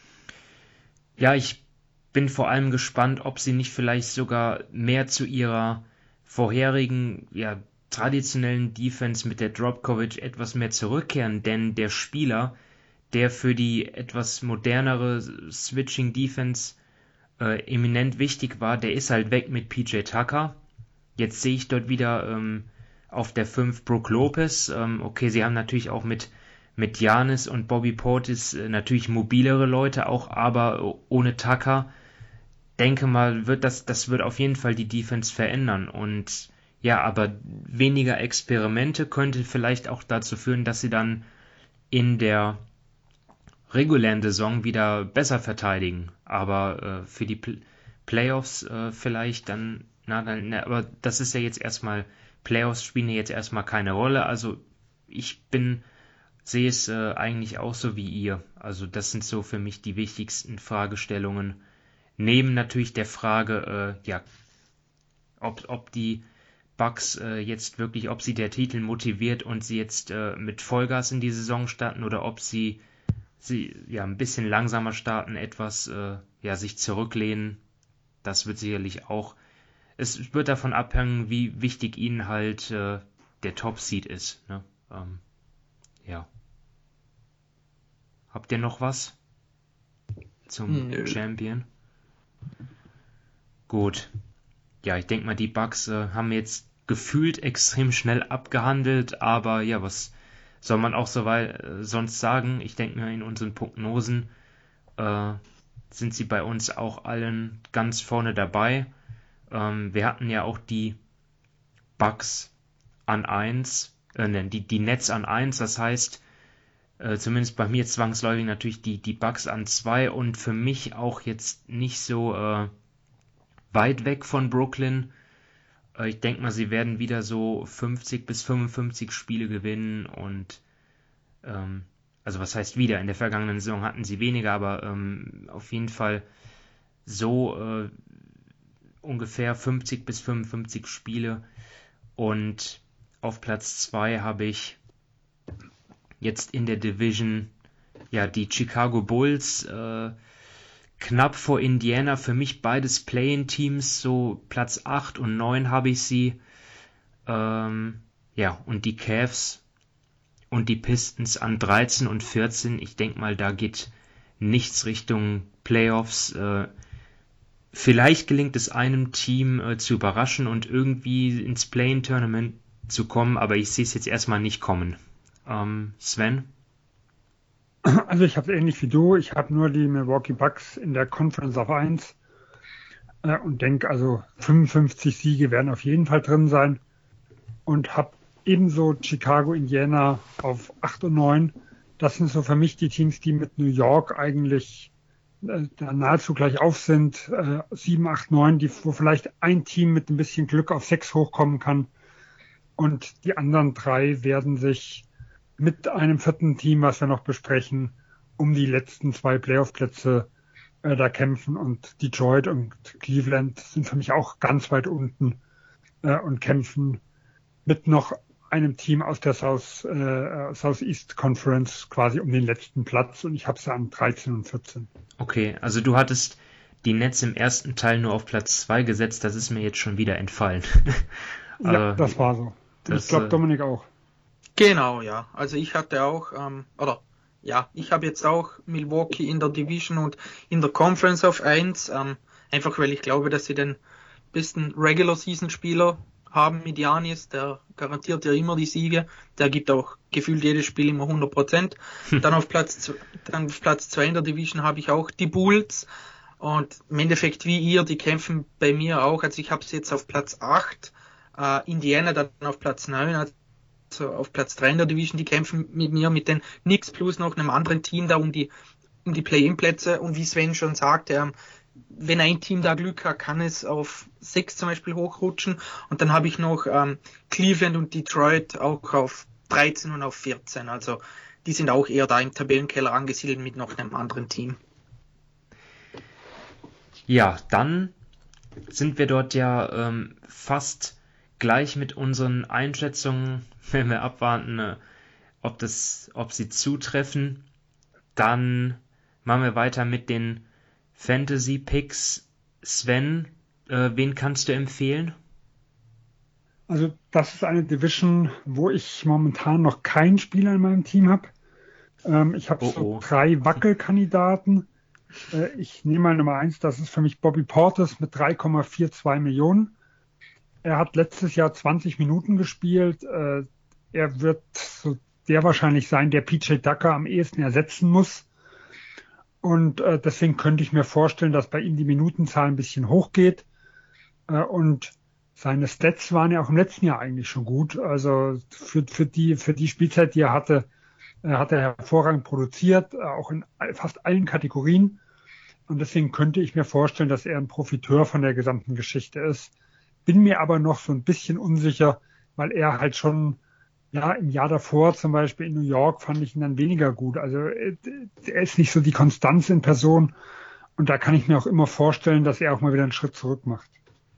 Ja, ich bin vor allem gespannt, ob sie nicht vielleicht sogar mehr zu ihrer vorherigen, traditionellen Defense mit der Drop Coverage etwas mehr zurückkehren. Denn der Spieler, der für die etwas modernere Switching Defense eminent wichtig war, der ist halt weg mit PJ Tucker. Jetzt sehe ich dort wieder auf der 5 Brook Lopez. Okay, sie haben natürlich auch mit Giannis und Bobby Portis natürlich mobilere Leute auch, aber ohne Tucker, denke mal, das wird auf jeden Fall die Defense verändern. Und ja, aber weniger Experimente könnte vielleicht auch dazu führen, dass sie dann in der regulären Saison wieder besser verteidigen. Aber für die Playoffs vielleicht dann, aber das ist ja jetzt erstmal, Playoffs spielen ja jetzt erstmal keine Rolle. Also ich sehe es eigentlich auch so wie ihr. Also das sind so für mich die wichtigsten Fragestellungen. Neben natürlich der Frage, ob die Bucks jetzt wirklich, ob sie der Titel motiviert und sie jetzt mit Vollgas in die Saison starten oder ob sie ein bisschen langsamer starten, etwas sich zurücklehnen. Das wird sicherlich auch. Es wird davon abhängen, wie wichtig ihnen halt der Top-Seed ist. Ne? Habt ihr noch was zum Champion? Gut. Ja, ich denke mal, die Bucks haben jetzt gefühlt extrem schnell abgehandelt, aber ja, was soll man auch sonst sagen? Ich denke mir, in unseren Prognosen sind sie bei uns auch allen ganz vorne dabei. Wir hatten ja auch die Bucks an 1, die Nets an 1, das heißt, zumindest bei mir zwangsläufig natürlich die Bucks an 2 und für mich auch jetzt nicht so weit weg von Brooklyn. Ich denke mal, sie werden wieder so 50 bis 55 Spiele gewinnen und also was heißt wieder? In der vergangenen Saison hatten sie weniger, aber auf jeden Fall so ungefähr 50 bis 55 Spiele. Und auf Platz 2 habe ich jetzt in der Division die Chicago Bulls, knapp vor Indiana, für mich beides Play-in-Teams, so Platz 8 und 9 habe ich sie. Und die Cavs und die Pistons an 13 und 14. Ich denke mal, da geht nichts Richtung Playoffs. Vielleicht gelingt es einem Team zu überraschen und irgendwie ins Play-in-Tournament zu kommen, aber ich sehe es jetzt erstmal nicht kommen. Sven? Also ich habe es ähnlich wie du. Ich habe nur die Milwaukee Bucks in der Conference auf 1 und denke, also 55 Siege werden auf jeden Fall drin sein und habe ebenso Chicago, Indiana auf 8 und 9. Das sind so für mich die Teams, die mit New York eigentlich nahezu gleich auf sind. 7, 8, 9, wo vielleicht ein Team mit ein bisschen Glück auf 6 hochkommen kann. Und die anderen 3 werden sich mit einem 4. Team, was wir noch besprechen, um die letzten 2 Playoff-Plätze da kämpfen. Und Detroit und Cleveland sind für mich auch ganz weit unten und kämpfen mit noch einem Team aus der Southeast Conference quasi um den letzten Platz. Und ich habe sie an 13 und 14. Okay, also du hattest die Nets im ersten Teil nur auf Platz 2 gesetzt. Das ist mir jetzt schon wieder entfallen. Ja, das war so. Ich glaube, Dominik auch. Genau, ja. Also ich hatte auch, ich habe jetzt auch Milwaukee in der Division und in der Conference auf 1, einfach weil ich glaube, dass sie den besten Regular-Season-Spieler haben mit Giannis, der garantiert ja immer die Siege, der gibt auch gefühlt jedes Spiel immer 100%. Dann auf Platz 2 in der Division habe ich auch die Bulls und im Endeffekt wie ihr, die kämpfen bei mir auch, also ich habe sie jetzt auf Platz 8, Indiana dann auf Platz 9, also auf Platz 3 in der Division, die kämpfen mit mir, mit den Knicks plus noch einem anderen Team da um die Play-in-Plätze und wie Sven schon sagte, wenn ein Team da Glück hat, kann es auf 6 zum Beispiel hochrutschen und dann habe ich noch Cleveland und Detroit auch auf 13 und auf 14, also die sind auch eher da im Tabellenkeller angesiedelt mit noch einem anderen Team. Ja, dann sind wir dort ja fast gleich mit unseren Einschätzungen, wenn wir abwarten, ob sie zutreffen. Dann machen wir weiter mit den Fantasy-Picks. Sven, wen kannst du empfehlen? Also das ist eine Division, wo ich momentan noch keinen Spieler in meinem Team habe. Ich habe 3 Wackelkandidaten. Ich nehme mal Nummer 1, das ist für mich Bobby Portis mit 3,42 Millionen. Er hat letztes Jahr 20 Minuten gespielt. Er wird so der wahrscheinlich sein, der PJ Tucker am ehesten ersetzen muss. Und deswegen könnte ich mir vorstellen, dass bei ihm die Minutenzahl ein bisschen hochgeht. Und seine Stats waren ja auch im letzten Jahr eigentlich schon gut. Also für die Spielzeit, die er hatte, hat er hervorragend produziert, auch in fast allen Kategorien. Und deswegen könnte ich mir vorstellen, dass er ein Profiteur von der gesamten Geschichte ist. Bin mir aber noch so ein bisschen unsicher, weil er halt schon, ja, im Jahr davor zum Beispiel in New York fand ich ihn dann weniger gut. Also er ist nicht so die Konstanz in Person. Und da kann ich mir auch immer vorstellen, dass er auch mal wieder einen Schritt zurück macht.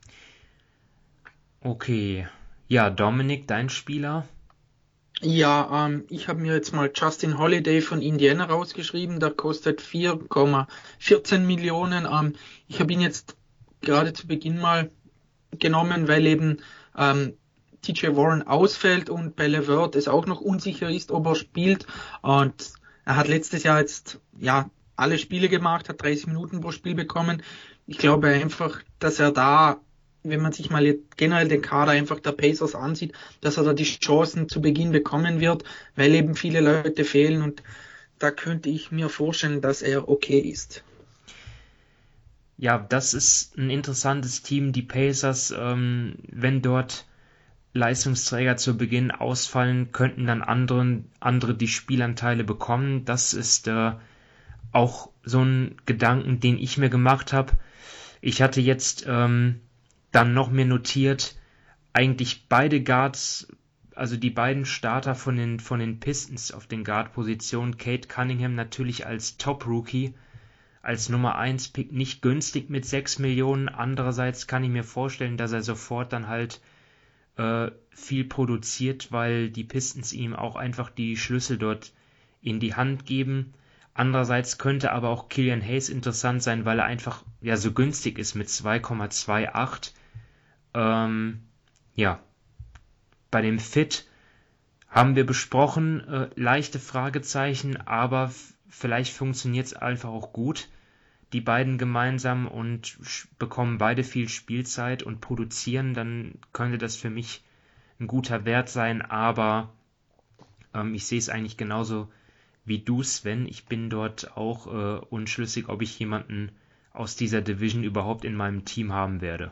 Okay. Ja, Dominik, dein Spieler? Ja, ich habe mir jetzt mal Justin Holiday von Indiana rausgeschrieben. Der kostet 4,14 Millionen. Ich habe ihn jetzt gerade zu Beginn mal genommen, weil eben TJ Warren ausfällt und bei LeVert es auch noch unsicher ist, ob er spielt. Und er hat letztes Jahr jetzt alle Spiele gemacht, hat 30 Minuten pro Spiel bekommen. Ich glaube einfach, dass er da, wenn man sich mal generell den Kader einfach der Pacers ansieht, dass er da die Chancen zu Beginn bekommen wird, weil eben viele Leute fehlen, und da könnte ich mir vorstellen, dass er okay ist. Ja, das ist ein interessantes Team, die Pacers. Wenn dort Leistungsträger zu Beginn ausfallen, könnten dann andere die Spielanteile bekommen. Das ist auch so ein Gedanken, den ich mir gemacht habe. Ich hatte jetzt dann noch mir notiert, eigentlich beide Guards, also die beiden Starter von den Pistons auf den Guard-Positionen, Cade Cunningham natürlich als Top-Rookie, als Nummer 1 Pick nicht günstig mit 6 Millionen. Andererseits kann ich mir vorstellen, dass er sofort dann halt viel produziert, weil die Pistons ihm auch einfach die Schlüssel dort in die Hand geben. Andererseits könnte aber auch Killian Hayes interessant sein, weil er einfach so günstig ist mit 2,28. Bei dem Fit haben wir besprochen, leichte Fragezeichen, aber vielleicht funktioniert es einfach auch gut, die beiden gemeinsam, und bekommen beide viel Spielzeit und produzieren, dann könnte das für mich ein guter Wert sein, aber ich sehe es eigentlich genauso wie du, Sven. Ich bin dort auch unschlüssig, ob ich jemanden aus dieser Division überhaupt in meinem Team haben werde.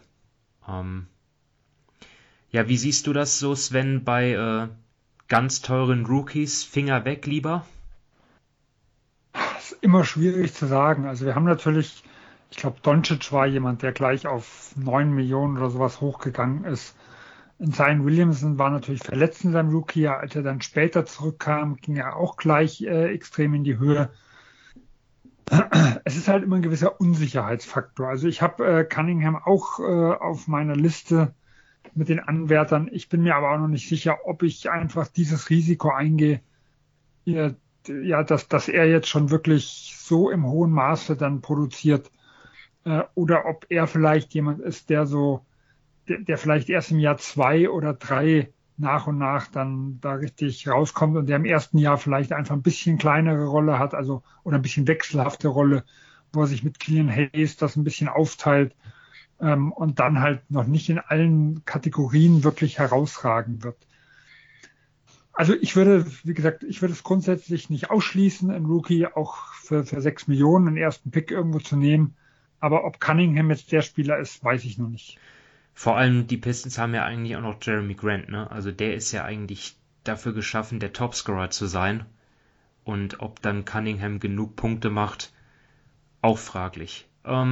Wie siehst du das so, Sven, bei ganz teuren Rookies? Finger weg lieber? Das ist immer schwierig zu sagen. Also wir haben natürlich, ich glaube, Doncic war jemand, der gleich auf 9 Millionen oder sowas hochgegangen ist. Zion Williamson war natürlich verletzt in seinem Rookie-Jahr. Als er dann später zurückkam, ging er auch gleich extrem in die Höhe. Es ist halt immer ein gewisser Unsicherheitsfaktor. Also ich habe Cunningham auch auf meiner Liste mit den Anwärtern. Ich bin mir aber auch noch nicht sicher, ob ich einfach dieses Risiko eingehe, dass er jetzt schon wirklich so im hohen Maße dann produziert, oder ob er vielleicht jemand ist, der vielleicht erst im Jahr 2 oder 3 nach und nach dann da richtig rauskommt und der im ersten Jahr vielleicht einfach ein bisschen kleinere Rolle hat, also oder ein bisschen wechselhafte Rolle, wo er sich mit Killian Hayes das ein bisschen aufteilt, und dann halt noch nicht in allen Kategorien wirklich herausragen wird. Also ich würde es grundsätzlich nicht ausschließen, einen Rookie auch für 6 Millionen einen ersten Pick irgendwo zu nehmen. Aber ob Cunningham jetzt der Spieler ist, weiß ich noch nicht. Vor allem die Pistons haben ja eigentlich auch noch Jeremy Grant, ne? Also der ist ja eigentlich dafür geschaffen, der Topscorer zu sein. Und ob dann Cunningham genug Punkte macht, auch fraglich.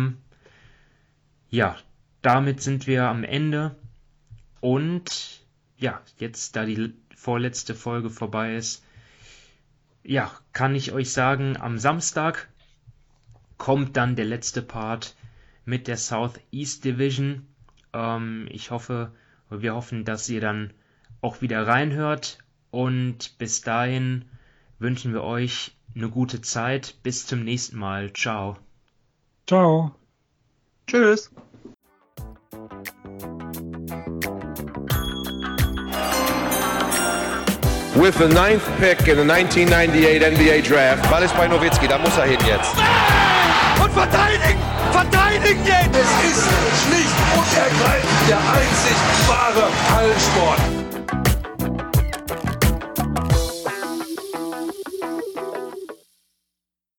Damit sind wir am Ende. Und jetzt, da die vorletzte Folge vorbei ist, kann ich euch sagen, am Samstag kommt dann der letzte Part mit der Southeast Division. Wir hoffen, dass ihr dann auch wieder reinhört, und bis dahin wünschen wir euch eine gute Zeit. Bis zum nächsten Mal. Ciao. Ciao. Tschüss. With the 9th pick in the 1998 NBA Draft. Ball ist bei Nowitzki, da muss er hin jetzt. Und verteidigen! Verteidigen jetzt! Es ist schlicht und ergreifend der einzig wahre Hallensport.